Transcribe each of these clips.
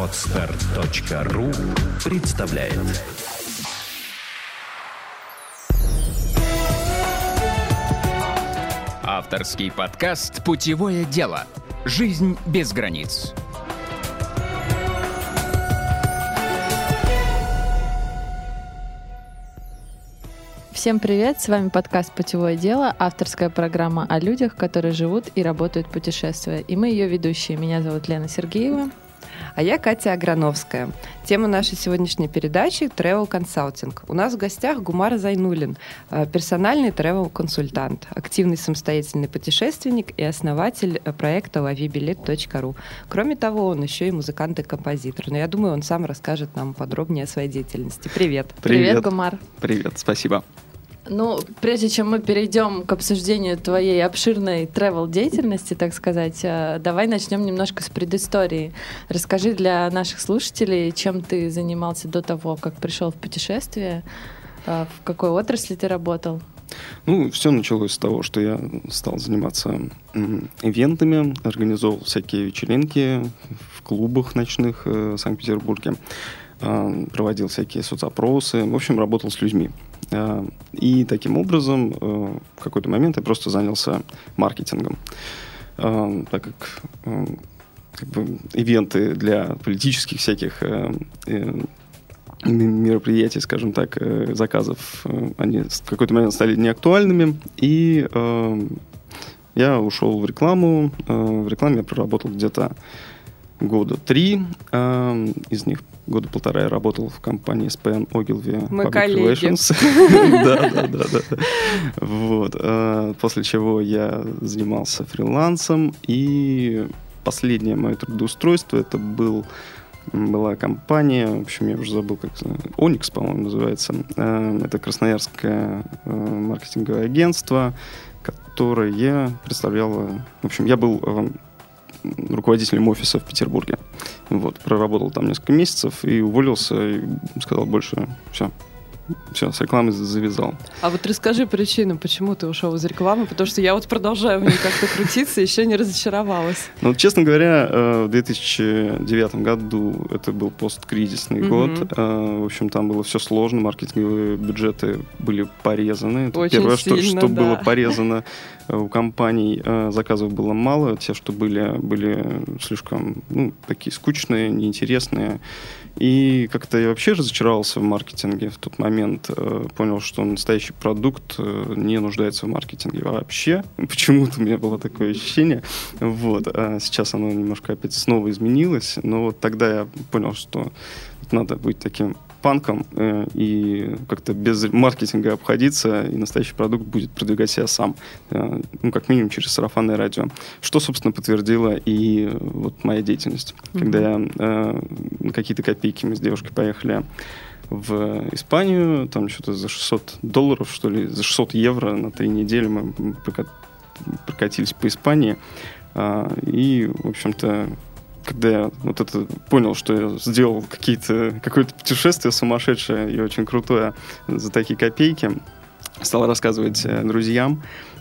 Podster.ru представляет. Авторский подкаст «Путевое дело. Жизнь без границ». Всем привет, с вами подкаст «Путевое дело», авторская программа о людях, которые живут и работают путешествуя. И мы ее ведущие. Меня зовут Лена Сергеева. А я Катя Аграновская. Тема нашей сегодняшней передачи – travel consulting. У нас в гостях Гумар Зайнуллин, персональный travel-консультант, активный самостоятельный путешественник и основатель проекта lovibilet.ru. Кроме того, он еще и музыкант и композитор. Но я думаю, он сам расскажет нам подробнее о своей деятельности. Привет. Привет, Гумар. Привет, спасибо. Ну, прежде чем мы перейдем к обсуждению твоей обширной travel-деятельности, так сказать, давай начнем немножко с предыстории. Расскажи для наших слушателей, чем ты занимался до того, как пришел в путешествие, в какой отрасли ты работал? Ну, все началось с того, что я стал заниматься ивентами, организовывал всякие вечеринки в клубах ночных в Санкт-Петербурге, проводил всякие соцопросы, в общем, работал с людьми. И таким образом в какой-то момент я просто занялся маркетингом. Так как ивенты для политических всяких мероприятий, скажем так, заказов, они в какой-то момент стали неактуальными, и я ушел в рекламу. В рекламе я проработал где-то года 3, из них года 1,5 я работал в компании SPN Ogilvy Public Relations. Да. Вот. После чего я занимался фрилансом, и последнее мое трудоустройство это была компания, в общем, я уже забыл, как Onyx, по-моему, называется. Это красноярское маркетинговое агентство, которое представляло... В общем, я был руководителем офиса в Петербурге. Вот, проработал там несколько месяцев и уволился, и сказал больше, все, с рекламой завязал. А вот расскажи причину, почему ты ушел из рекламы, потому что я вот продолжаю в ней как-то крутиться, еще не разочаровалась. Ну, честно говоря, в 2009 году это был посткризисный год. В общем, там было все сложно, маркетинговые бюджеты были порезаны. Это очень первое, сильно, что было порезано у компаний. Заказов было мало, те, что были слишком такие скучные, неинтересные. И как-то я вообще разочаровался в маркетинге в тот момент. Понял, что настоящий продукт не нуждается в маркетинге вообще. Почему-то у меня было такое ощущение. Вот. А сейчас оно немножко опять снова изменилось. Но вот тогда я понял, что надо быть таким панком и как-то без маркетинга обходиться, и настоящий продукт будет продвигать себя сам. Как минимум через сарафанное радио. Что, собственно, подтвердила и вот моя деятельность. Когда я на какие-то копейки мы с девушкой поехали в Испанию, там что-то за $600, что ли, за 600 евро на 3 недели мы прокатились по Испании. И, в общем-то, когда я понял, что я сделал какое-то путешествие сумасшедшее и очень крутое за такие копейки, стал рассказывать друзьям,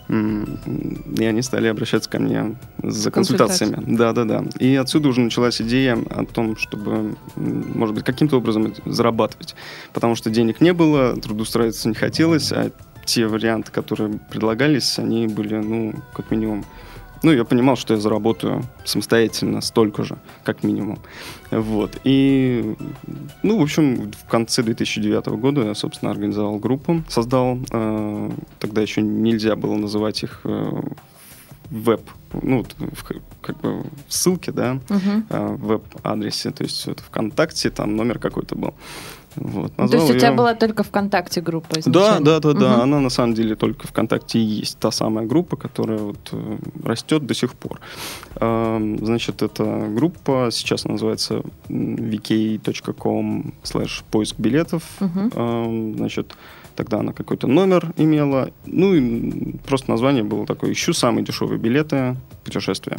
и они стали обращаться ко мне за консультациями. Да. И отсюда уже началась идея о том, чтобы, может быть, каким-то образом зарабатывать. Потому что денег не было, трудоустраиваться не хотелось, а те варианты, которые предлагались, они были, как минимум... я понимал, что я заработаю самостоятельно столько же, как минимум. Вот. И, в общем, в конце 2009 года я, собственно, организовал группу, создал. Тогда еще нельзя было называть их веб, в ссылке, да, в веб-адресе. То есть это ВКонтакте, там номер какой-то был. Вот, то есть у тебя была только ВКонтакте группа изначально? Да. Она на самом деле только /ВКонтакте и есть та самая группа, которая растет до сих пор. Значит, эта группа сейчас называется vk.com/поиск билетов. Значит, тогда она какой-то номер имела. И просто название было такое: «Ищу самые дешевые билеты путешествия».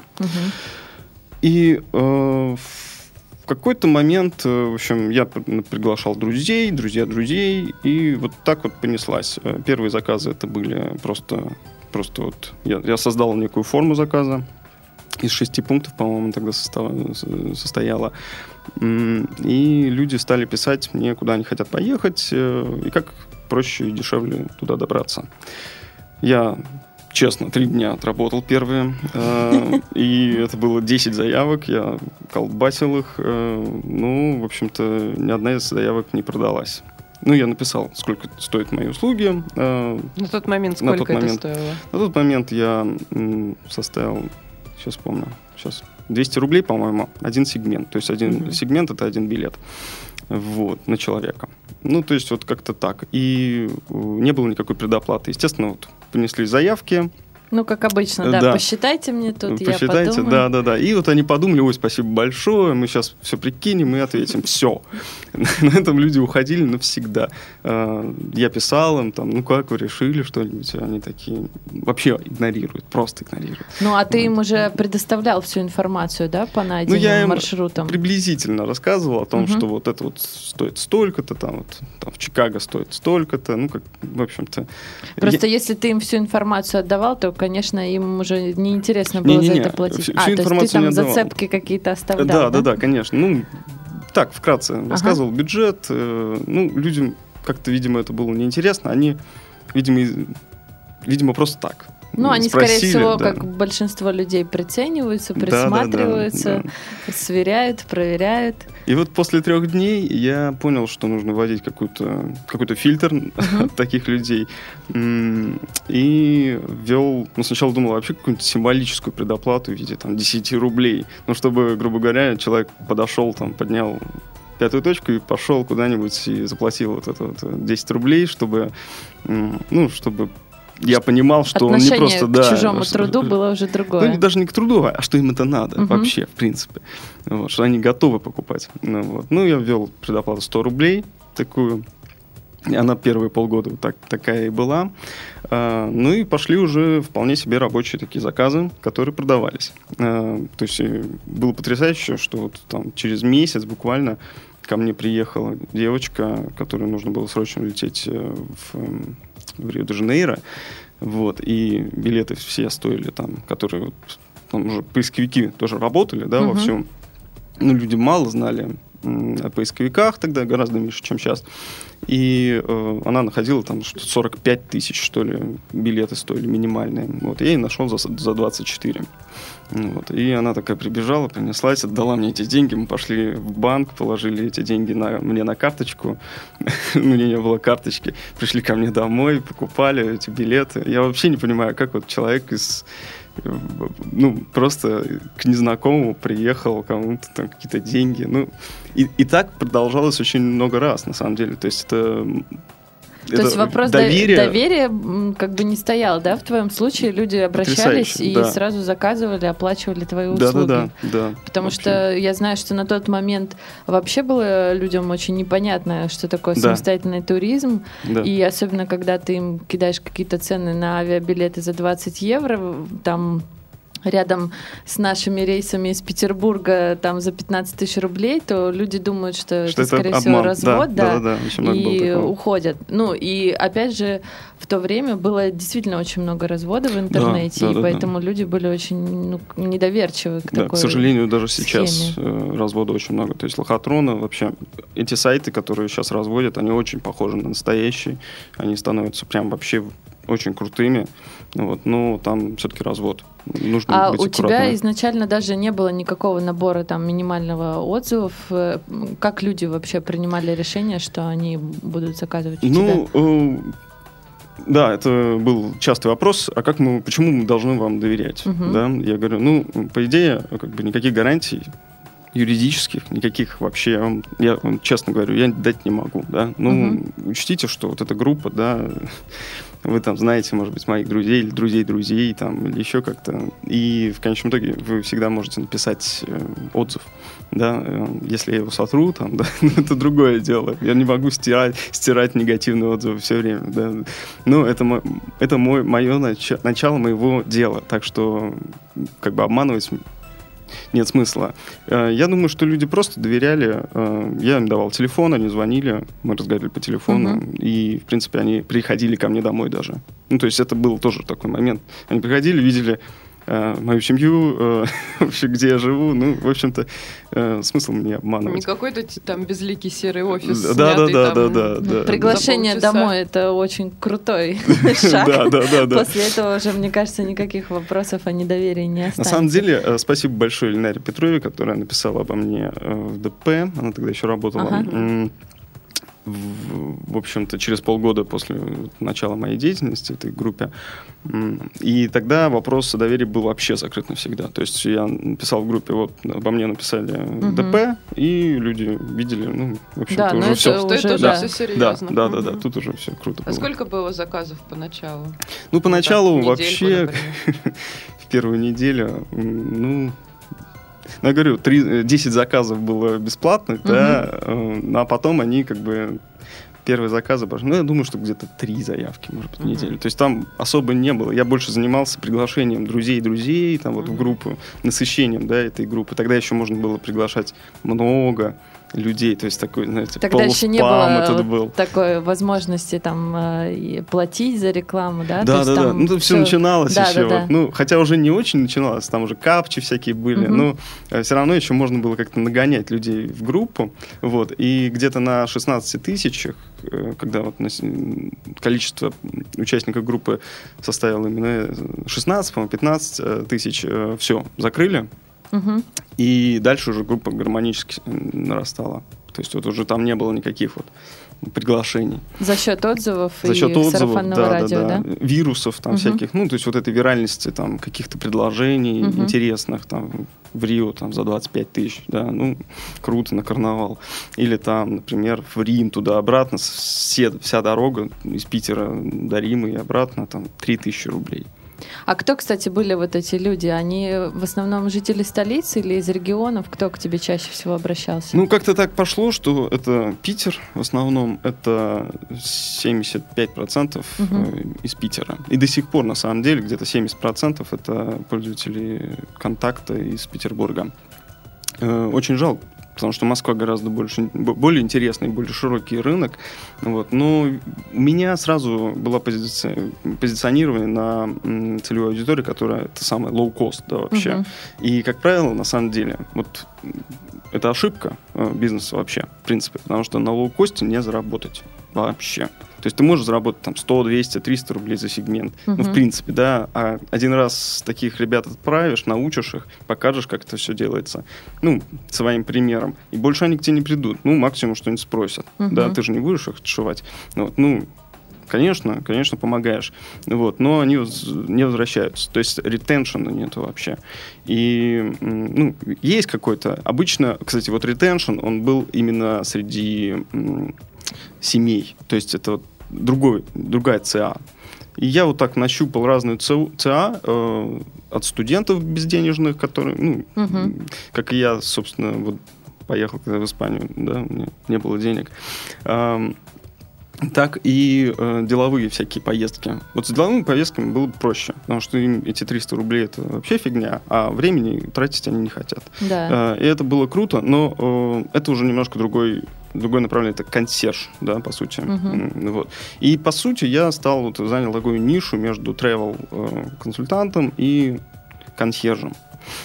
И в какой-то момент, в общем, я приглашал друзей, и вот так вот понеслась. Первые заказы это были просто вот... Я создал некую форму заказа, из 6 пунктов, по-моему, тогда состояла. И люди стали писать мне, куда они хотят поехать, и как проще и дешевле туда добраться. Я, честно, 3 дня отработал первые, и это было 10 заявок, я колбасил их, ну, в общем-то, ни одна из заявок не продалась. Ну, я написал, сколько стоят мои услуги. На тот момент сколько это стоило? На тот момент я составил, сейчас помню, 200 рублей, по-моему, один сегмент. То есть один сегмент — это 1 билет, вот, на человека. Ну, то есть вот как-то так. И не было никакой предоплаты. Естественно, вот принесли заявки. Ну, как обычно, да. Посчитайте мне тут, посчитайте, я подумаю. Да. И вот они подумали: ой, спасибо большое, мы сейчас все прикинем и ответим. Все. На этом люди уходили навсегда. Я писал им, там, ну как вы решили что-нибудь? Они такие вообще игнорируют, просто игнорируют. Ну, а ты им уже предоставлял всю информацию, да, по найденным маршрутам? Я им приблизительно рассказывал о том, что вот это вот стоит столько-то, там в Чикаго стоит столько-то, ну, как, в общем-то. Просто если ты им всю информацию отдавал, то, конечно, им уже неинтересно было за это платить. Всю то есть ты там зацепки какие-то оставлял, да, конечно. Ну, так, вкратце рассказывал бюджет. Ну, людям как-то, видимо, это было неинтересно. Они, видимо, просто так. Ну, они, скорее всего, как большинство людей, прицениваются, присматриваются, сверяют, проверяют. И вот после 3 дней я понял, что нужно вводить какой-то фильтр от таких людей. И ввел, сначала думал вообще какую-нибудь символическую предоплату в виде там 10 рублей. Ну, чтобы, грубо говоря, человек подошел, там, поднял 5-ю точку и пошел куда-нибудь и заплатил вот это вот 10 рублей, чтобы я понимал, что он не просто... Отношение к чужому труду было уже другое. Ну, даже не к труду, а что им это надо вообще, в принципе. Вот, что они готовы покупать. Ну, я ввел предоплату 100 рублей такую. И она первые полгода вот такая и была. Ну, и пошли уже вполне себе рабочие такие заказы, которые продавались. То есть было потрясающе, что вот там через месяц буквально ко мне приехала девочка, которой нужно было срочно лететь в Рио-де-Жанейро, вот, и билеты все стоили там, которые вот, там уже поисковики тоже работали, да, во всем. Ну, люди мало знали о поисковиках тогда, гораздо меньше, чем сейчас. И она находила там 45 тысяч, что ли, билеты стоили минимальные. Вот, я ей нашел за 24. Вот, и она такая прибежала, принеслась, отдала мне эти деньги. Мы пошли в банк, положили эти деньги мне на карточку. У меня не было карточки. Пришли ко мне домой, покупали эти билеты. Я вообще не понимаю, как вот человек просто к незнакомому приехал, кому-то там какие-то деньги. Ну, и так продолжалось очень много раз, на самом деле. То есть это есть вопрос доверия как бы не стоял, да? В твоем случае люди обращались и сразу заказывали, оплачивали твои услуги. Да. Потому что я знаю, что на тот момент вообще было людям очень непонятно, что такое самостоятельный туризм. Да. И особенно, когда ты им кидаешь какие-то цены на авиабилеты за 20 евро, там рядом с нашими рейсами из Петербурга там за 15 тысяч рублей, то люди думают, что это скорее всего, развод, и уходят. Ну, и опять же, в то время было действительно очень много разводов в интернете, и поэтому люди были очень недоверчивы к такой к сожалению, даже схеме. Сейчас развода очень много. То есть лохотрона, вообще, эти сайты, которые сейчас разводят, они очень похожи на настоящие. Они становятся прям вообще очень крутыми. Вот, но там все-таки развод. Нужно быть у аккуратным. тебя изначально даже не было никакого набора там минимального отзывов? Как люди вообще принимали решение, что они будут заказывать у тебя? Да, это был частый вопрос. А почему мы должны вам доверять? Да? Я говорю, по идее, как бы никаких гарантий юридических, никаких вообще, я вам честно говорю, я дать не могу, да. Учтите, что вот эта группа, да, вы там знаете, может быть, моих друзей или друзей там, или еще как-то. И в конечном итоге вы всегда можете написать отзыв, да. Если я его сотру, там, да, это другое дело. Я не могу стирать негативные отзывы все время, да. Но это мое начало моего дела. Так что, как бы, обманывать нет смысла. Я думаю, что люди просто доверяли. Я им давал телефон, они звонили, мы разговаривали по телефону, и, в принципе, они приходили ко мне домой даже. Ну, то есть это был тоже такой момент. Они приходили, видели мою семью, вообще, где я живу. Ну, в общем-то, смысл мне обманывать. Не какой-то там безликий серый офис. Да. Приглашение домой — это очень крутой шаг. Да. После этого уже, мне кажется, никаких вопросов о недоверии не останется. На самом деле, спасибо большое Ленаре Петрове, которая написала обо мне в ДП. Она тогда еще работала. В общем-то, через полгода после начала моей деятельности в этой группе. И тогда вопрос о доверии был вообще закрыт навсегда. То есть я написал в группе, вот обо мне написали ДП, и люди видели, ну, в общем-то, уже все. Что это уже все серьезно. Да, тут уже все круто было. А сколько было заказов поначалу? Ну, поначалу вообще в первую неделю, я говорю, 10 заказов было бесплатных, да, а потом они как бы первые заказы, я думаю, что где-то 3 заявки, может быть, в неделю. То есть там особо не было. Я больше занимался приглашением друзей, там вот в группу, насыщением, да, этой группы. Тогда еще можно было приглашать много людей, то есть такой, знаете, тогда еще не было такой возможности там платить за рекламу, да? Да. Ну, это все начиналось еще. Вот. Ну, хотя уже не очень начиналось, там уже капчи всякие были, но все равно еще можно было как-то нагонять людей в группу, вот, и где-то на 16 тысячах, когда вот количество участников группы составило именно 16, по-моему, 15 тысяч, все, закрыли. И дальше уже группа гармонически нарастала. То есть вот уже там не было никаких вот приглашений. За счет отзывов и сарафанного радио, да? Вирусов там всяких, ну, то есть вот этой виральности там каких-то предложений интересных там в Рио там за 25 тысяч, да, ну, круто, на карнавал. Или там, например, в Рим туда-обратно, вся дорога из Питера до Рима и обратно, там 3000 рублей. А кто, кстати, были вот эти люди? Они в основном жители столицы или из регионов? Кто к тебе чаще всего обращался? Ну, как-то так пошло, что это Питер, в основном это 75% из Питера. И до сих пор, на самом деле, где-то 70% это пользователи «Контакта» из Петербурга. Очень жалко, потому что Москва гораздо более интересный, более широкий рынок. Вот. Но у меня сразу было позиционирование на целевую аудиторию, которая это самая low-cost, да, вообще. И, как правило, на самом деле, вот это ошибка бизнеса вообще, в принципе, потому что на low-cost не заработать вообще. То есть ты можешь заработать там 100, 200, 300 рублей за сегмент. Ну, в принципе, да. А один раз таких ребят отправишь, научишь их, покажешь, как это все делается. Ну, своим примером. И больше они к тебе не придут. Ну, максимум что-нибудь спросят. Да, ты же не будешь их отшивать. Вот, ну, конечно, помогаешь. Вот, но они не возвращаются. То есть ретеншена нету вообще. И, ну, есть какой-то... Обычно, кстати, вот ретеншн, он был именно среди семей. То есть это вот другая ЦА. И я вот так нащупал разные ЦА от студентов безденежных, которые, ну, как и я, собственно, вот поехал когда в Испанию, да, у меня не было денег. Так и деловые всякие поездки. Вот с деловыми поездками было бы проще, потому что им эти 300 рублей это вообще фигня, а времени тратить они не хотят. Да. И это было круто, но это уже немножко другое направление, это консьерж, да, по сути. Вот. И по сути я занял такую нишу между travel-консультантом и консьержем.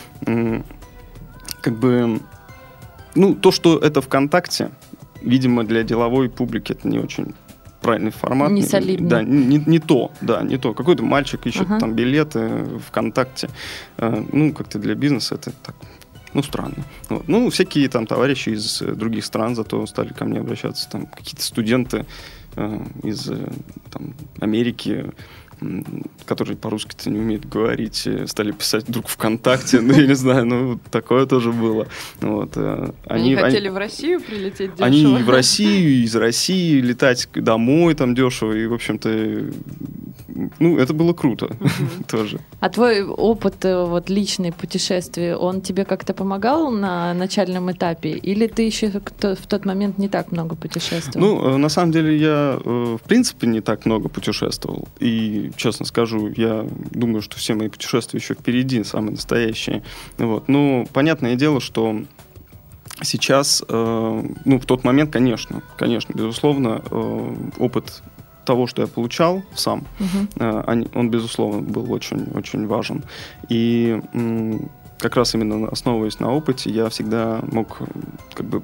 Как бы, ну, то, что это ВКонтакте, видимо, для деловой публики это не очень правильный формат. Не солидно. Да, не то. Какой-то мальчик ищет там билеты ВКонтакте. Ну, как-то для бизнеса это так, ну, странно. Вот. Ну, всякие там товарищи из других стран зато стали ко мне обращаться. Там какие-то студенты из там, Америки, которые по-русски-то не умеют говорить, стали писать вдруг ВКонтакте, ну, я не знаю, ну, такое тоже было. Вот. Они хотели в Россию прилететь дешево? Они в Россию, из России летать домой там дешево, и, в общем-то, ну, это было круто тоже. А твой опыт вот личный путешествий, он тебе как-то помогал на начальном этапе? Или ты еще в тот момент не так много путешествовал? Ну, на самом деле, я, в принципе, не так много путешествовал. И, честно скажу, я думаю, что все мои путешествия еще впереди, самые настоящие. Вот. Ну, понятное дело, что сейчас, ну, в тот момент, конечно, безусловно, опыт того, что я получал сам, он, безусловно, был очень важен. И как раз именно основываясь на опыте, я всегда мог как бы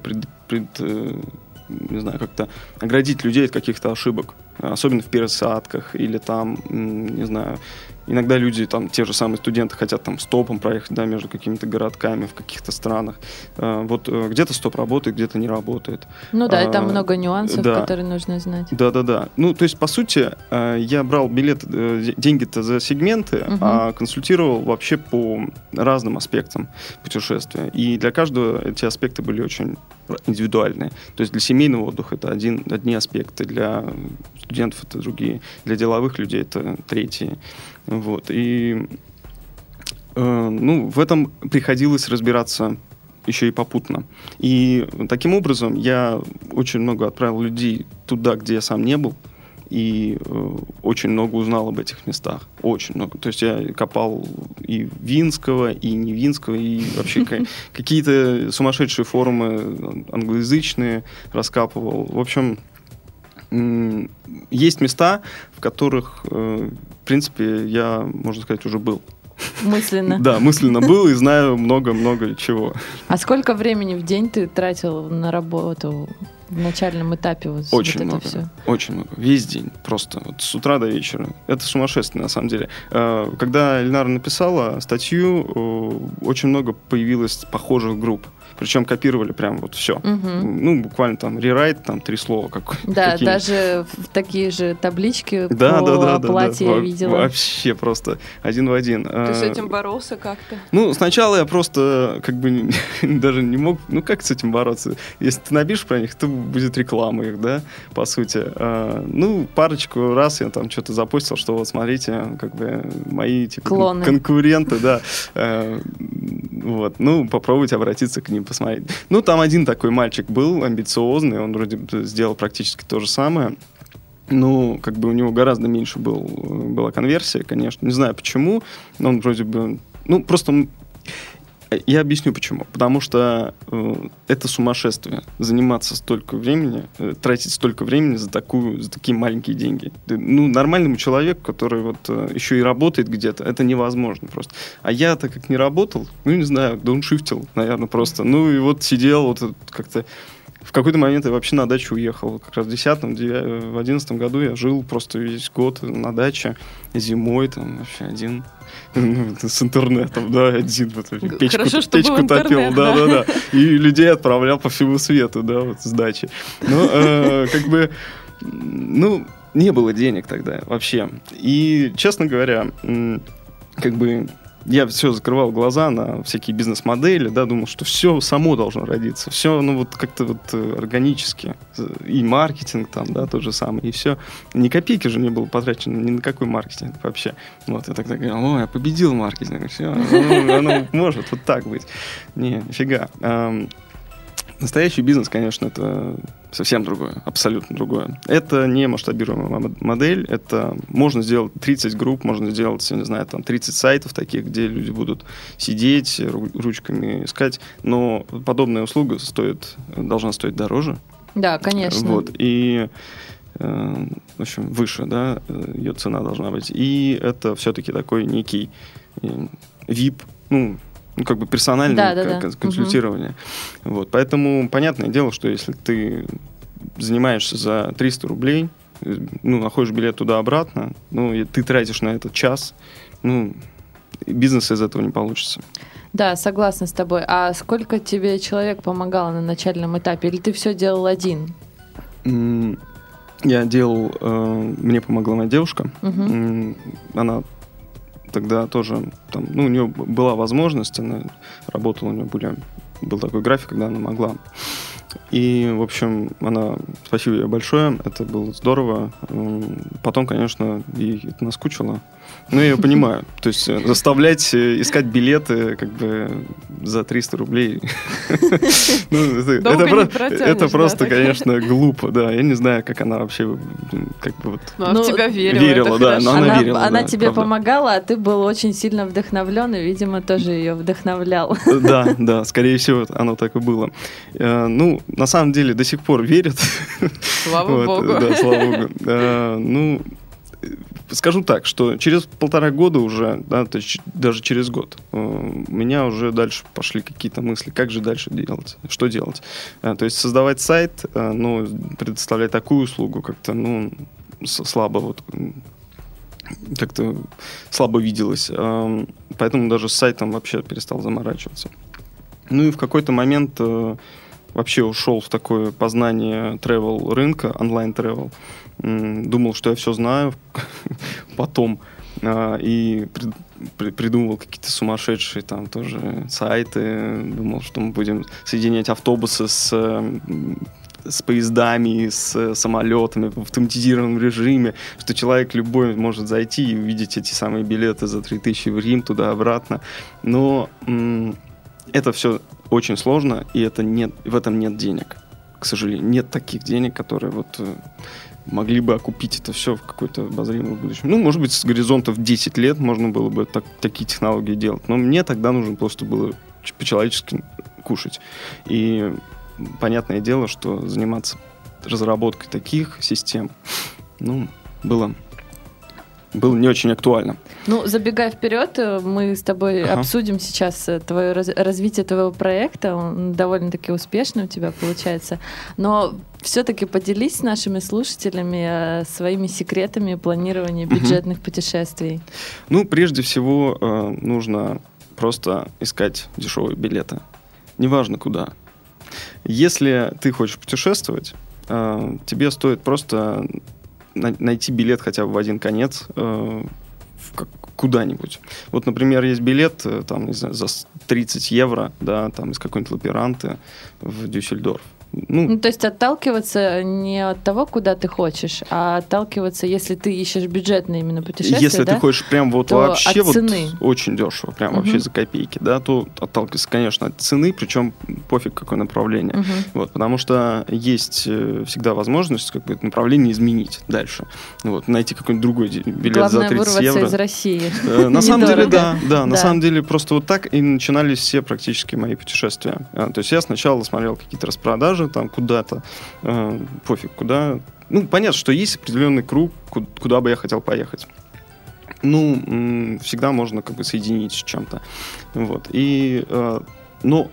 не знаю, как-то оградить людей от каких-то ошибок, особенно в пересадках или там, не знаю, иногда люди, там, те же самые студенты хотят там стопом проехать, да, между какими-то городками в каких-то странах. Вот где-то стоп работает, где-то не работает. Ну да, и там много нюансов, да, которые нужно знать. Да. Ну, то есть, по сути, я брал деньги-то за сегменты, а консультировал вообще по разным аспектам путешествия. И для каждого эти аспекты были очень индивидуальные. То есть для семейного отдыха это одни аспекты, для студентов это другие, для деловых людей это третьи. Вот. И в этом приходилось разбираться еще и попутно. И таким образом я очень много отправил людей туда, где я сам не был, и очень много узнал об этих местах. Очень много. То есть я копал и Винского, и не Винского, и вообще какие-то сумасшедшие форумы англоязычные раскапывал. В общем, есть места, в которых, в принципе, я, можно сказать, уже был. Мысленно. Да, мысленно был и знаю много-много чего. А сколько времени в день ты тратил на работу в начальном этапе? Очень много. Все? Очень много. Весь день. Просто. Вот с утра до вечера. Это сумасшествие, на самом деле. Когда Эльнара написала статью, очень много появилось похожих групп. Причем копировали прям вот все. Ну, буквально там рерайт, там 3 слова. Да, даже в такие же таблички по платью я видела. Вообще просто один в один. Ты с этим боролся как-то? Ну, сначала я просто как бы даже не мог... Ну, как с этим бороться? Если ты напишешь про них, то будет реклама их, да, по сути. Ну, парочку раз я там что-то запостил, что вот смотрите, как бы мои типа конкуренты, да. Вот. Ну, попробуйте обратиться к ним, посмотреть. Ну, там один такой мальчик был, амбициозный, он вроде сделал практически то же самое. Ну, как бы у него гораздо меньше была конверсия, конечно. Не знаю почему, но он вроде бы... Ну, просто... Я объясню почему. Потому что это сумасшествие. Заниматься столько времени, тратить столько времени за такие маленькие деньги. Ну, нормальному человеку, который вот еще и работает где-то, это невозможно просто. А я-то как не работал, ну, не знаю, дауншифтил, наверное, просто. Ну, и вот сидел вот как-то... В какой-то момент я вообще на дачу уехал. Как раз в 2010-м, в 2011 году я жил просто весь год на даче. Зимой там вообще один. С интернетом, да, один. Печку топил, да. И людей отправлял по всему свету, да, вот с дачи. Ну, как бы, ну, не было денег тогда вообще. И, честно говоря, как бы... Я все закрывал глаза на всякие бизнес-модели, да, думал, что все само должно родиться, все, ну, вот как-то вот органически. И маркетинг там, да, тот же самый, и все. Ни копейки же не было потрачено ни на какой маркетинг вообще. Вот, я тогда говорил, ой, я победил маркетинг, все, оно может вот так быть. Не, нифига. Настоящий бизнес, конечно, это совсем другое, абсолютно другое. Это не масштабируемая модель, это можно сделать 30 групп, можно сделать, я не знаю, там 30 сайтов таких, где люди будут сидеть, ручками искать, но подобная услуга должна стоить дороже. Да, конечно. Вот, и, в общем, выше, да, ее цена должна быть. И это все-таки такой некий VIP, ну, как бы персональное консультирование. Вот. Поэтому понятное дело, что если ты занимаешься за 300 рублей, ну, находишь билет туда-обратно, ну, и ты тратишь на этот час, ну, бизнес из этого не получится. Да, согласна с тобой. А сколько тебе человек помогало на начальном этапе? Или ты все делал один? Я делал... Мне помогла моя девушка. Она тогда тоже, там, ну, у нее была возможность, она работала, у нее был такой график, когда она могла. И, в общем, спасибо ей большое, это было здорово. Потом, конечно, ей это наскучило. Но я ее понимаю. То есть заставлять искать билеты как бы за 300 рублей Это просто, конечно, глупо, да. Я не знаю, как она вообще как бы вот... Ну, в тебя верила, да, но она верила. Она тебе помогала, а ты был очень сильно вдохновлен, и, видимо, тоже ее вдохновлял. Да, скорее всего, оно так и было. Ну, на самом деле, до сих пор верят. Слава богу. Да, слава богу. Ну, скажу так, что через 1,5 года уже, да, то есть даже через год, у меня уже дальше пошли какие-то мысли, как же дальше делать, что делать. То есть создавать сайт, ну, предоставлять такую услугу как-то, ну, слабо вот, как-то слабо виделось. Поэтому даже с сайтом вообще перестал заморачиваться. Ну и в какой-то момент вообще ушел в такое познание travel рынка, онлайн-travel. Думал, что я все знаю потом, и придумывал какие-то сумасшедшие там тоже сайты. Думал, что мы будем соединять автобусы с поездами, с самолетами в автоматизированном режиме, что человек любой может зайти и увидеть эти самые билеты за 3000 в Рим, туда-обратно. Но это все очень сложно, и в этом нет денег. К сожалению, нет таких денег, которые вот могли бы окупить это все в какой-то обозримом будущем. Ну, может быть, с горизонтов 10 лет можно было бы такие технологии делать. Но мне тогда нужно просто было по-человечески кушать. И понятное дело, что заниматься разработкой таких систем, ну, было не очень актуально. Ну, забегая вперед, мы с тобой обсудим сейчас твое развитие твоего проекта. Он довольно-таки успешный у тебя получается. Но все-таки поделись с нашими слушателями своими секретами планирования бюджетных путешествий. Ну, прежде всего, нужно просто искать дешевые билеты. Неважно куда. Если ты хочешь путешествовать, тебе стоит просто найти билет хотя бы в один конец куда-нибудь. Вот, например, есть билет там, не знаю, за 30 евро, да, там из какой-нибудь Лаперанты в Дюссельдорф. Ну, то есть отталкиваться не от того, куда ты хочешь, а отталкиваться, если ты ищешь бюджетное именно путешествие, если ты хочешь прям вот вообще вот очень дешево, прям вообще за копейки, да, то отталкиваться, конечно, от цены, причем пофиг какое направление. Вот, потому что есть всегда возможность как бы это направление изменить дальше. Вот, найти какой-нибудь другой билет. Главное, за 30 евро. вырваться из России. На самом деле, да. На самом деле, просто вот так и начинались все практически мои путешествия. То есть я сначала смотрел какие-то распродажи, там куда-то, пофиг куда. Ну, понятно, что есть определенный круг, куда бы я хотел поехать. Ну, всегда можно как бы соединить с чем-то. Вот. И, ну,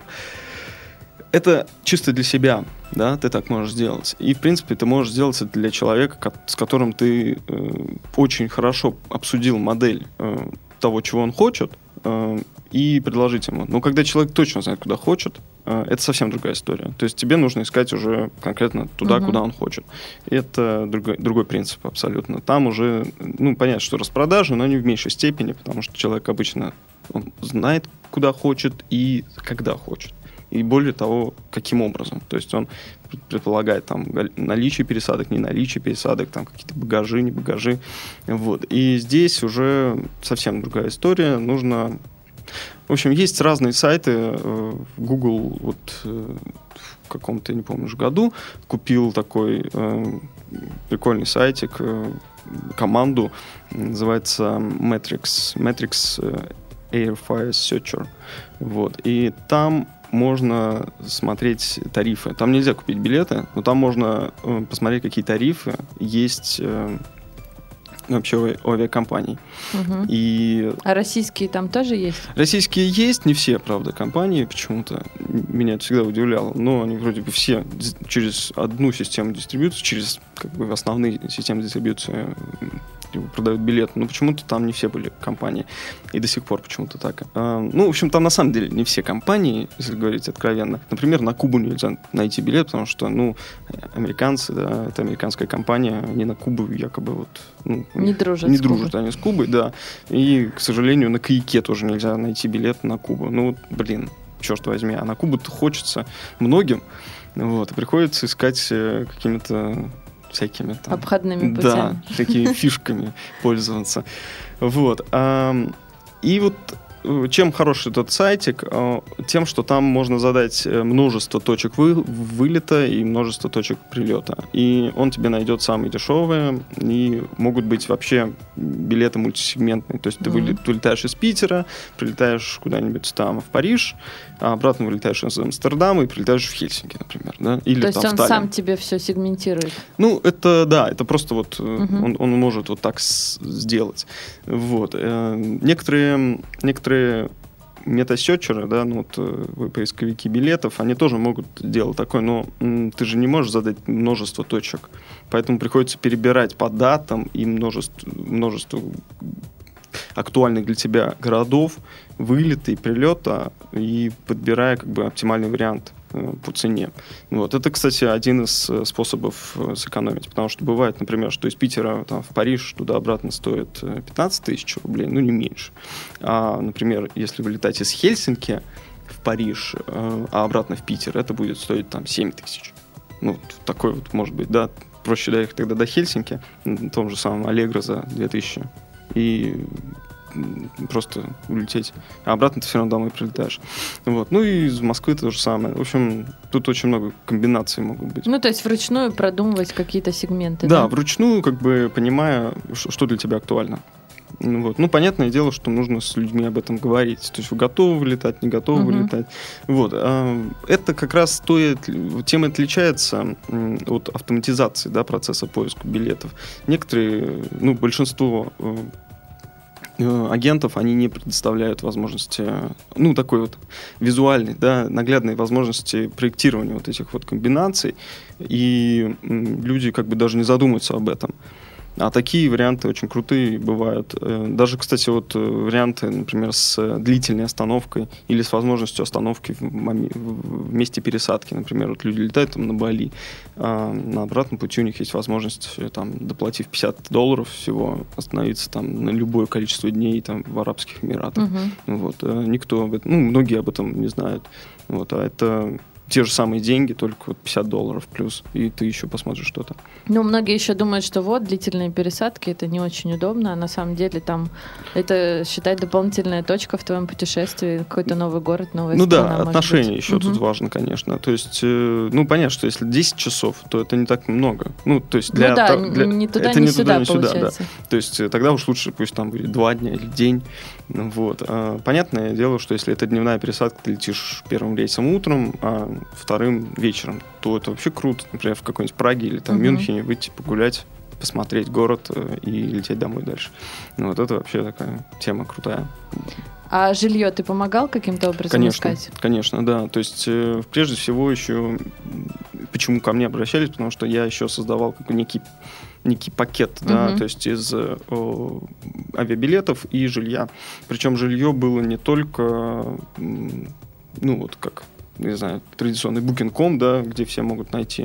это чисто для себя, да, ты так можешь сделать. И, в принципе, ты можешь сделать это для человека, с которым ты очень хорошо обсудил модель того, чего он хочет, и предложить ему. Но когда человек точно знает, куда хочет, это совсем другая история. То есть тебе нужно искать уже конкретно туда, куда он хочет. И это другой принцип абсолютно. Там уже, ну, понятно, что распродажи, но не в меньшей степени, потому что человек обычно он знает, куда хочет и когда хочет. И более того, каким образом. То есть он предполагает там наличие пересадок, не наличие пересадок, там какие-то багажи, не багажи. Вот. И здесь уже совсем другая история. Нужно... В общем, есть разные сайты. Google вот в каком-то, я не помню, году купил такой прикольный сайтик, команду, называется Matrix Airfare Searcher. Вот. И там можно смотреть тарифы. Там нельзя купить билеты, но там можно посмотреть, какие тарифы есть вообще у авиакомпаний. А российские там тоже есть? Российские есть, не все, правда, компании почему-то. Меня это всегда удивляло. Но они вроде бы все через одну систему дистрибьюции, через как бы основные системы дистрибьюции продают билеты, но почему-то там не все были компании. И до сих пор почему-то так. Ну, в общем, там на самом деле не все компании, если говорить откровенно. Например, на Кубу нельзя найти билет, потому что, ну, американцы, да, это американская компания, они на Кубу якобы вот... Ну, не дружат они с Кубой, да. И, к сожалению, на Каяке тоже нельзя найти билет на Кубу. Ну, блин, черт возьми, а на Кубу-то хочется многим. Вот, и приходится искать какими-то всякими там... обходными путями. Да, такими фишками пользоваться. Вот. И вот чем хорош этот сайтик? Тем, что там можно задать множество точек вылета и множество точек прилета. И он тебе найдет самые дешевые, и могут быть вообще билеты мультисегментные. То есть ты вылетаешь из Питера, прилетаешь куда-нибудь там в Париж, а обратно вылетаешь из Амстердама и прилетаешь в Хельсинки, например. Да? Или то есть там он сам тебе все сегментирует? Ну, это да, это просто вот он может вот так сделать. Вот. Некоторые мета-сетчеры, да, ну вот поисковики билетов, они тоже могут делать такое, но ты же не можешь задать множество точек, поэтому приходится перебирать по датам и множество актуальных для тебя городов, вылета и прилета, и подбирая как бы оптимальный вариант по цене. Вот. Это, кстати, один из способов сэкономить, потому что бывает, например, что из Питера там, в Париж туда-обратно стоит 15 тысяч рублей, ну, не меньше. А, например, если вы летаете из Хельсинки в Париж, а обратно в Питер, это будет стоить там 7 тысяч. Ну, такой вот, может быть, да, проще доехать тогда до Хельсинки, на том же самом Allegro за 2000, и просто улететь. А обратно ты все равно домой прилетаешь. Вот. Ну и из Москвы то же самое. В общем, тут очень много комбинаций могут быть. Ну, то есть вручную продумывать какие-то сегменты, да? Да, вручную, как бы понимая, что для тебя актуально. Вот. Ну, понятное дело, что нужно с людьми об этом говорить. То есть вы готовы вылетать, не готовы вылетать. Вот. Это как раз тем и отличается от автоматизации, да, процесса поиска билетов. Некоторые, ну, большинство агентов, они не предоставляют возможности, ну, такой вот визуальной, да, наглядной возможности проектирования вот этих вот комбинаций, и люди как бы даже не задумываются об этом. А такие варианты очень крутые бывают. Даже, кстати, вот варианты, например, с длительной остановкой или с возможностью остановки в месте пересадки. Например, вот люди летают там на Бали, а на обратном пути у них есть возможность, там, доплатив $50 всего, остановиться там на любое количество дней там, в Арабских Эмиратах. Вот. Никто об этом, ну, многие об этом не знают. Вот. А это те же самые деньги, только вот $50 плюс, и ты еще посмотришь что-то. Ну, многие еще думают, что вот, длительные пересадки, это не очень удобно, а на самом деле там это, считай, дополнительная точка в твоем путешествии, какой-то новый город, новая страна. Ну да, отношения еще тут важно, конечно. То есть, ну, понятно, что если 10 часов, то это не так много. Ну, то есть для... Ну да, ни туда, ни сюда, получается. Да. То есть тогда уж лучше, пусть там будет 2 дня или день. Вот. Понятное дело, что если это дневная пересадка, ты летишь первым рейсом утром, а вторым вечером, то это вообще круто. Например, в какой-нибудь Праге или там Мюнхене выйти погулять, посмотреть город и лететь домой дальше. Ну, вот это вообще такая тема крутая. А жилье ты помогал каким-то образом искать? Конечно, да. То есть, прежде всего, еще почему ко мне обращались, потому что я еще создавал некий пакет, да, то есть из авиабилетов и жилья. Причем жилье было не только, ну, вот как, не знаю, традиционный Booking.com, да, где все могут найти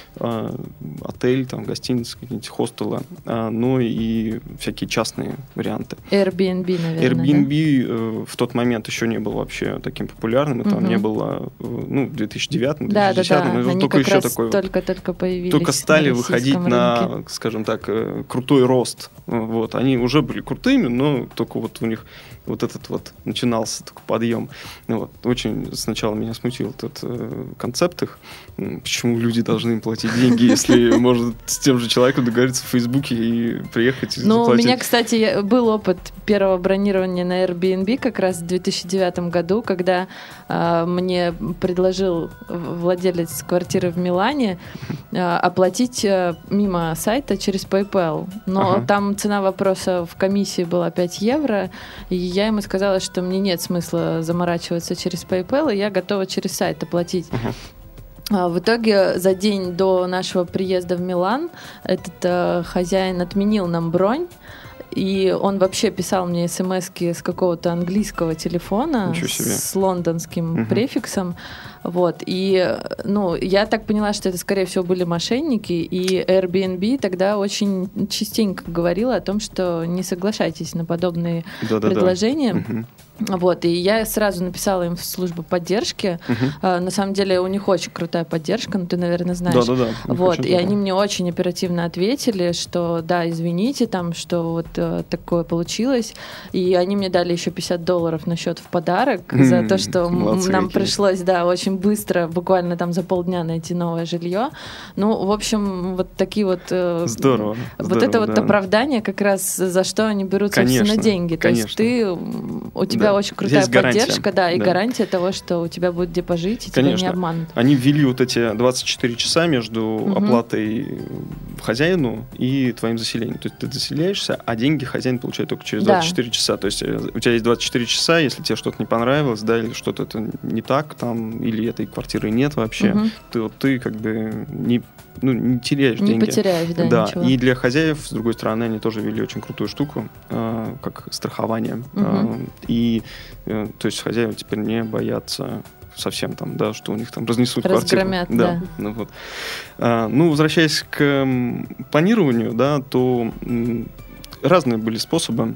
отель, там, гостиницы, какие-нибудь хостелы, но и всякие частные варианты. Airbnb, наверное, Airbnb да? В тот момент еще не был вообще таким популярным, и там не было, ну, в 2009-2010, да, только как еще раз такой только появились. Только стали выходить рынке. на, скажем так, крутой рост. Вот. Они уже были крутыми, но только вот у них вот этот вот начинался только подъем. Вот. Очень сначала меня смутил этот концепт их. Почему люди должны им платить деньги, если может с тем же человеком договориться в Фейсбуке и приехать и заплатить? Ну, у меня, кстати, был опыт первого бронирования на Airbnb как раз в 2009 году, когда мне предложил владелец квартиры в Милане оплатить мимо сайта через PayPal. Но там цена вопроса в комиссии была 5 евро, и я ему сказала, что мне нет смысла заморачиваться через PayPal, и я готова через сайт оплатить. В итоге за день до нашего приезда в Милан этот хозяин отменил нам бронь, и он вообще писал мне смс-ки с какого-то английского телефона с лондонским префиксом. Вот. И, ну, я так поняла, что это, скорее всего, были мошенники, и Airbnb тогда очень частенько говорила о том, что не соглашайтесь на подобные предложения. Вот, и я сразу написала им в службу поддержки. На самом деле у них очень крутая поддержка, ну ты, наверное, знаешь. Да. Вот, и они мне очень оперативно ответили, что да, извините, там, что вот такое получилось. И они мне дали еще $50 на счет в подарок за то, что нам пришлось, да, очень быстро, буквально там за полдня найти новое жилье. Ну, в общем, вот такие вот... Здорово. Вот это вот оправдание как раз, за что они берут, собственно, деньги. То есть у тебя очень крутая поддержка, да, и гарантия того, что у тебя будет где пожить, и тебя не обманут. Они ввели вот эти 24 часа между оплатой хозяину и твоим заселением. То есть ты заселяешься, а деньги хозяин получает только через 24 часа. То есть у тебя есть 24 часа, если тебе что-то не понравилось, да, или что-то это не так, там, или этой квартиры нет вообще, ты как бы не теряешь деньги. Не потеряешь, да, ничего. И для хозяев, с другой стороны, они тоже ввели очень крутую штуку, как страхование. И то есть хозяева теперь не боятся совсем там, да, что у них там разнесут разгромят, квартиру. Да. Ну, вот. Возвращаясь к планированию, да, то разные были способы,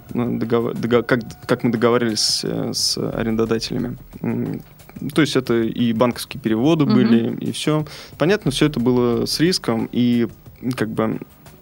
как мы договаривались с арендодателями. То есть это и банковские переводы были, и все. Понятно, все это было с риском, и как бы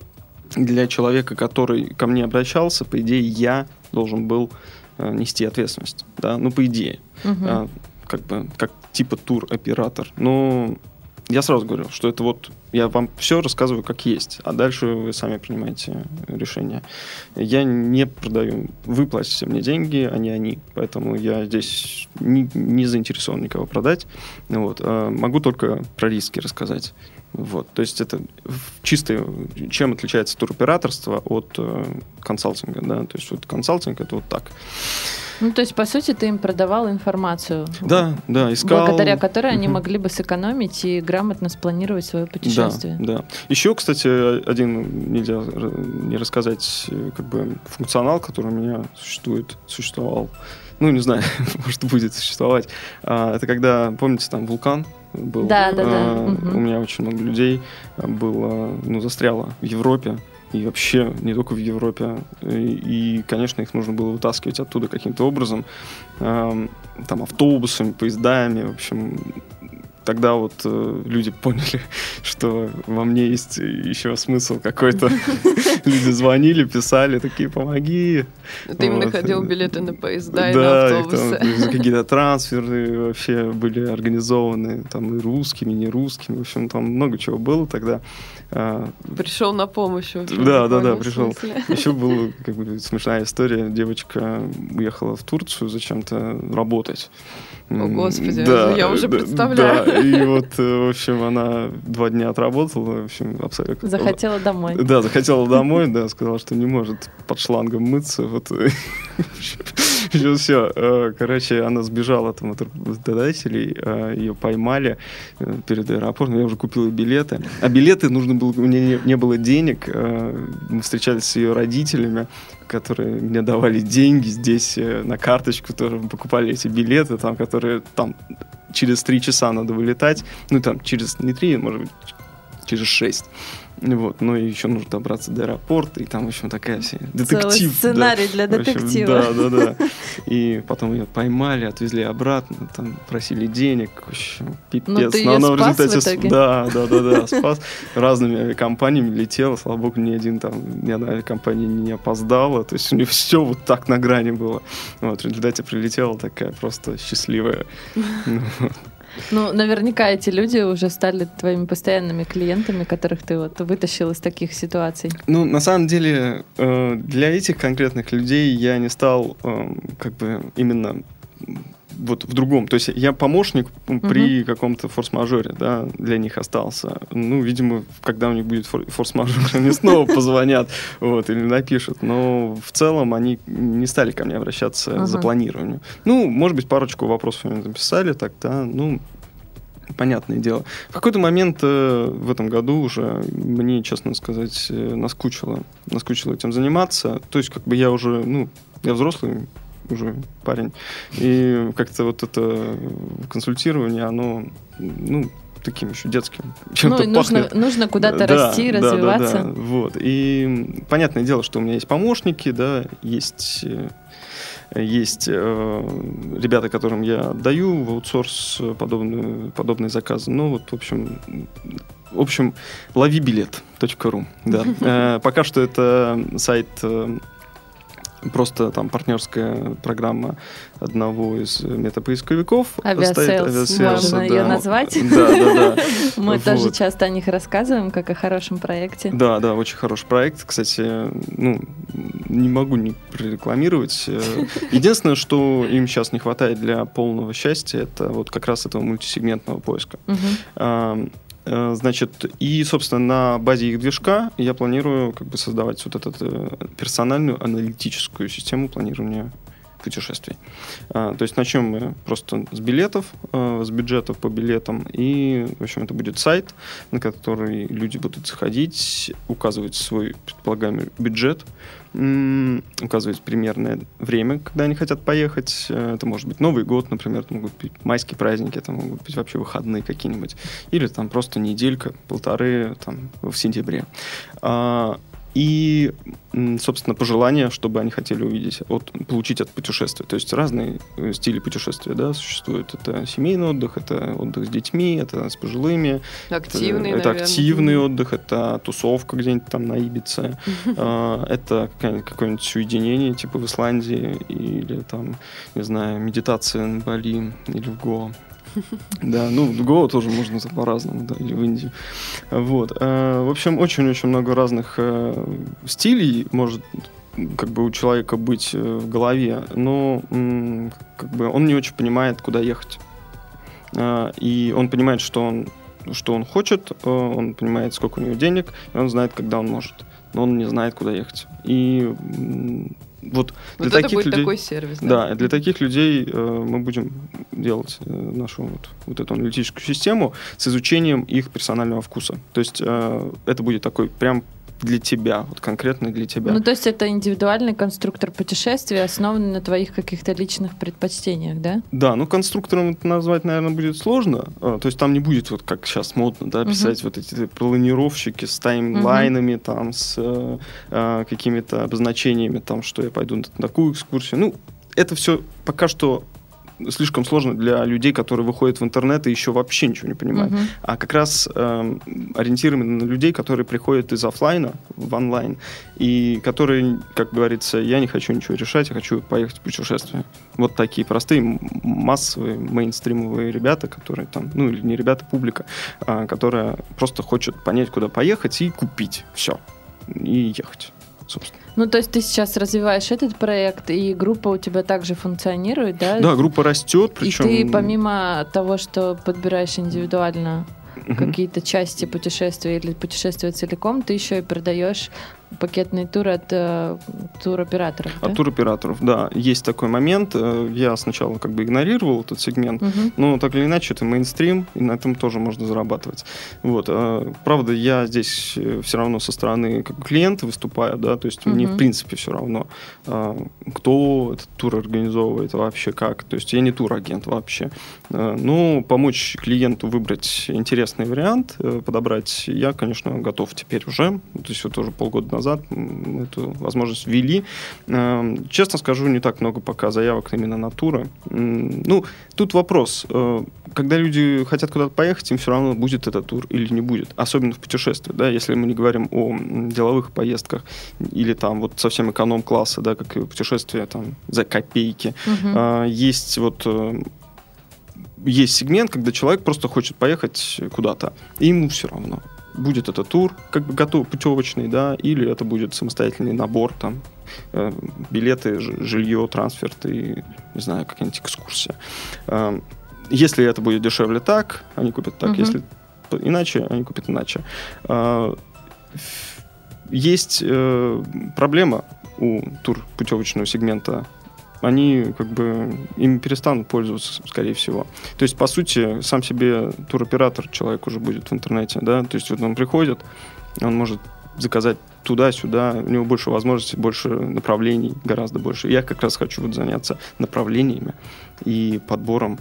для человека, который ко мне обращался, по идее, я должен был нести ответственность, да, ну, по идее, как бы, как типа туроператор. Но я сразу говорю, что это вот я вам все рассказываю как есть, а дальше вы сами принимаете решение. Я не продаю, вы платите мне деньги, а не они, поэтому я здесь не заинтересован никого продать. Вот. Могу только про риски рассказать. Вот. То есть это чисто, чем отличается туроператорство от консалтинга, да? То есть вот консалтинг это вот так. Ну, то есть, по сути, ты им продавал информацию. Да, искал. Благодаря которой они могли бы сэкономить и грамотно спланировать свое путешествие. Да. Еще, кстати, один нельзя не рассказать, как бы функционал, который у меня существовал. Ну, не знаю, может, будет существовать. Это когда, помните, там вулкан был? Да. У меня очень много людей было, застряло в Европе. И вообще не только в Европе. И, конечно, их нужно было вытаскивать оттуда каким-то образом. Там автобусами, поездами. В общем, тогда вот люди поняли, что во мне есть еще смысл какой-то. Люди звонили, писали, такие, помоги. Ты им находил билеты на поезда и на автобусы. Да, какие-то трансферы вообще были организованы, там и русскими, и не русскими. В общем, там много чего было тогда. Пришел на помощь. Да, пришел. Еще была как бы смешная история. Девочка уехала в Турцию зачем-то работать. О, Господи, да, я уже представляю. Да, и вот, в общем, она 2 дня отработала. В общем, абсолютно. Захотела домой. Да, захотела домой, да, сказала, что не может под шлангом мыться. Вот. Все. Короче, она сбежала там от работодателей, ее поймали перед аэропортом. Я уже купил билеты. А билеты нужно было, у меня не было денег. Мы встречались с ее родителями, которые мне давали деньги здесь на карточку, тоже покупали эти билеты, там, которые там через 3 часа надо вылетать. Ну, там, через не 3, может быть, через 6. Вот, но еще нужно добраться до аэропорта, и там, в общем, такая вся детектив. Целый сценарий для детектива. Общем, да. И потом ее поймали, отвезли обратно, там просили денег, в общем, пипец. Но ты ее спас в итоге? Да, спас. Разными авиакомпаниями летела, слава богу, ни одна авиакомпания не опоздала, то есть у нее все вот так на грани было. Вот, в результате прилетела такая просто счастливая. Ну, наверняка эти люди уже стали твоими постоянными клиентами, которых ты вот вытащил из таких ситуаций. Ну, на самом деле, для этих конкретных людей я не стал как бы именно вот в другом. То есть я помощник при каком-то форс-мажоре, да, для них остался. Ну, видимо, когда у них будет форс-мажор, они снова позвонят, вот, или напишут. Но в целом они не стали ко мне обращаться за планированием. Ну, может быть, парочку вопросов они написали тогда, ну, понятное дело. В какой-то момент в этом году уже мне, честно сказать, наскучило этим заниматься. То есть, как бы я уже, я взрослый уже парень. И как-то вот это консультирование, оно, таким еще детским чем-то пахнет. Нужно куда-то расти, развиваться. Да. Вот. И понятное дело, что у меня есть помощники, да, есть есть ребята, которым я отдаю в аутсорс подобные заказы. Ну, вот, в общем, ловибилет.ру. Да. Пока что это сайт... Просто там партнерская программа одного из метапоисковиков. Авиасейлс, можно ее назвать. Да. Мы тоже часто о них рассказываем, как о хорошем проекте. Да, очень хороший проект. Кстати, не могу не прорекламировать. Единственное, что им сейчас не хватает для полного счастья, это вот как раз этого мультисегментного поиска. Значит, и, собственно, на базе их движка я планирую создавать вот эту персональную аналитическую систему планирования путешествий. То есть начнем мы просто с билетов, с бюджетов по билетам, и, в общем, это будет сайт, на который люди будут заходить, указывать свой предполагаемый бюджет, указывать примерное время, когда они хотят поехать. Это может быть Новый год, например, это могут быть майские праздники, это могут быть вообще выходные какие-нибудь, или там просто неделька, полторы там, в сентябре. И, собственно, пожелания, чтобы они хотели увидеть, получить от путешествия. То есть разные стили путешествия, да, существуют. Это семейный отдых, это отдых с детьми, это с пожилыми. Это активный отдых, это тусовка где-нибудь там на Ибице. Это какое-нибудь уединение, типа в Исландии, или там, не знаю, медитация на Бали или в Гоа. Да, в Гоа тоже можно по-разному, да, или в Индию. Вот. В общем, очень-очень много разных стилей может у человека быть в голове, но он не очень понимает, куда ехать. И он понимает, что он хочет, он понимает, сколько у него денег, и он знает, когда он может, но он не знает, куда ехать. И вот для это таких будет людей, такой сервис. Да, для таких людей мы будем делать нашу вот эту аналитическую систему с изучением их персонального вкуса. То есть это будет такой прям для тебя, конкретно для тебя. То есть это индивидуальный конструктор путешествия, основанный на твоих каких-то личных предпочтениях, да? Да, конструктором это назвать, наверное, будет сложно. То есть там не будет, как сейчас модно, да, писать вот эти планировщики с таймлайнами, там, с какими-то обозначениями, там, что я пойду на такую экскурсию. Это все пока что слишком сложно для людей, которые выходят в интернет и еще вообще ничего не понимают. А как раз ориентированы на людей, которые приходят из офлайна в онлайн, и которые, как говорится, я не хочу ничего решать, я хочу поехать в путешествие. Вот такие простые, массовые, мейнстримовые ребята, которые там, или не ребята, публика, которая просто хочет понять, куда поехать и купить все. И ехать, собственно. То есть ты сейчас развиваешь этот проект, и группа у тебя также функционирует, да? Да, группа растет, причем... И ты помимо того, что подбираешь индивидуально какие-то части путешествия или путешествия целиком, ты еще и продаешь пакетные туры от туроператоров. От туроператоров, да. Есть такой момент. Я сначала игнорировал этот сегмент, но так или иначе это мейнстрим, и на этом тоже можно зарабатывать. Вот. Правда, я здесь все равно со стороны клиента выступаю, да, то есть мне в принципе все равно, кто этот тур организовывает вообще, как. То есть я не турагент вообще. Но помочь клиенту выбрать интересный вариант, подобрать, я, конечно, готов теперь уже. То есть вот уже полгода назад эту возможность ввели. Честно скажу, не так много пока заявок именно на туры. Тут вопрос. Когда люди хотят куда-то поехать, им все равно будет этот тур или не будет. Особенно в путешествии, да, если мы не говорим о деловых поездках или там вот совсем эконом-класса, да, как и путешествия там за копейки. Есть есть сегмент, когда человек просто хочет поехать куда-то, и ему все равно. Будет это тур, готовый, путевочный, да, или это будет самостоятельный набор, там, билеты, жилье, трансферт и, не знаю, какая-нибудь экскурсия. Если это будет дешевле так, они купят так, если иначе, они купят иначе. Есть проблема у тур-путевочного сегмента. Они им перестанут пользоваться, скорее всего. То есть, по сути, сам себе туроператор человек уже будет в интернете, да, то есть вот он приходит, он может заказать туда-сюда, у него больше возможностей, больше направлений, гораздо больше. Я как раз хочу заняться направлениями и подбором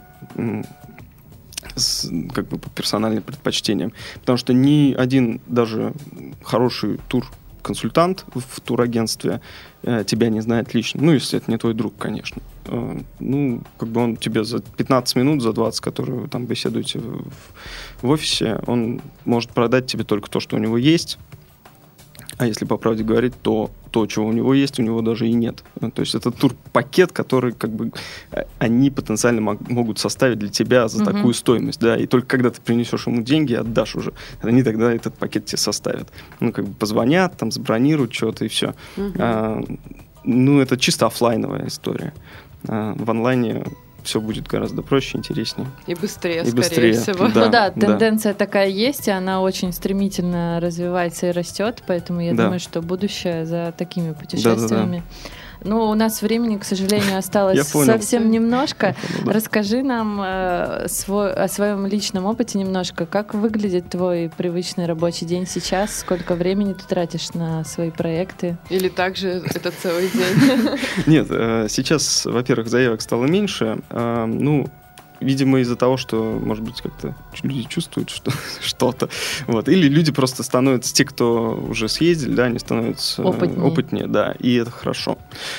по персональным предпочтениям. Потому что ни один даже хороший тур консультант в турагентстве тебя не знает лично, ну, если это не твой друг, конечно, ну, как бы он тебе за 15 минут, за 20, которые вы там беседуете в офисе, он может продать тебе только то, что у него есть. А если по правде говорить, то чего у него есть, у него даже и нет. То есть это турпакет, который как бы они потенциально могут составить для тебя за такую стоимость, да, и только когда ты принесешь ему деньги, отдашь уже, они тогда этот пакет тебе составят. Ну, как бы позвонят, там, забронируют что-то и все. Ну, это чисто офлайновая история. В онлайне все будет гораздо проще, интереснее. И быстрее, скорее всего. Да, ну да, тенденция такая есть, и она очень стремительно развивается и растет, поэтому я думаю, что будущее за такими путешествиями. Ну, у нас времени, к сожалению, осталось совсем немножко. Расскажи нам о своем личном опыте немножко. Как выглядит твой привычный рабочий день сейчас? Сколько времени ты тратишь на свои проекты? Или также это целый день? Нет, сейчас, во-первых, заявок стало меньше. Ну, видимо, из-за того, что, может быть, как-то люди чувствуют что-то. Вот. Или люди просто становятся, те, кто уже съездили, да, они становятся опытнее, да, и это хорошо.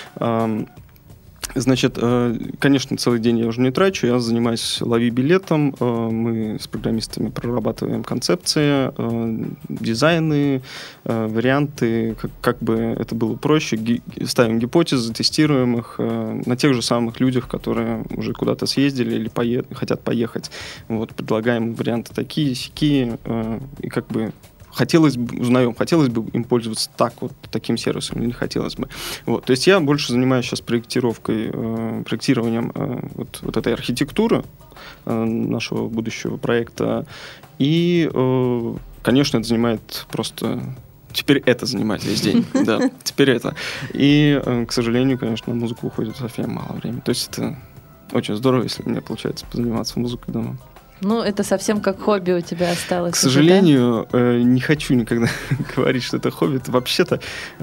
Значит, конечно, целый день я уже не трачу, я занимаюсь лови-билетом, мы с программистами прорабатываем концепции, дизайны, варианты, как бы это было проще, ставим гипотезы, тестируем их на тех же самых людях, которые уже куда-то съездили или хотят поехать. Вот, предлагаем варианты такие, сякие, и как бы хотелось бы им пользоваться таким сервисом, или не хотелось бы. Вот. То есть я больше занимаюсь сейчас проектированием вот этой архитектуры нашего будущего проекта. И, конечно, это занимает просто... Теперь это занимает весь день. Да, теперь это. И, к сожалению, конечно, на музыку уходит совсем мало времени. То есть это очень здорово, если у меня получается позаниматься музыкой дома. Ну, это совсем как хобби у тебя осталось. К сожалению, не хочу никогда говорить, что это хобби. Это вообще-то,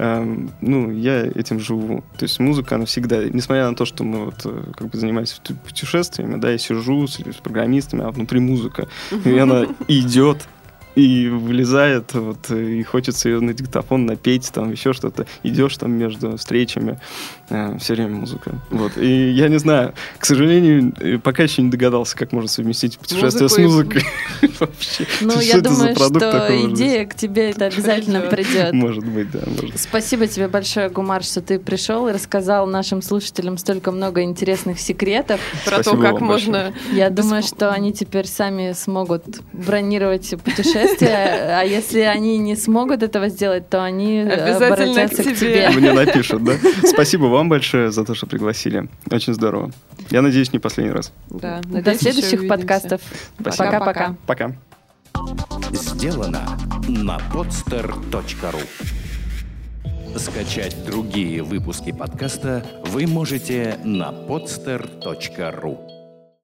я этим живу. То есть музыка, она всегда, несмотря на то, что мы как бы занимаемся путешествиями, да, я сижу с программистами, а внутри музыка. И она идет, и вылезает, и хочется ее на диктофон напеть, там еще что-то. Идешь там между встречами, все время музыка. Вот. И я не знаю, к сожалению, пока еще не догадался, как можно совместить путешествие с музыкой. Вообще. Ну, я думаю, что идея к тебе это обязательно придет. Может быть, да. Спасибо тебе большое, Гумар, что ты пришел и рассказал нашим слушателям столько много интересных секретов про то, как можно... Я думаю, что они теперь сами смогут бронировать путешествия. А если они не смогут этого сделать, то они обратятся к тебе. Мне напишут, да? Спасибо вам большое за то, что пригласили. Очень здорово. Я надеюсь, не последний раз. Да. До следующих подкастов. Пока-пока. Пока. Сделано на podster.ru. Скачать другие выпуски подкаста вы можете на podster.ru.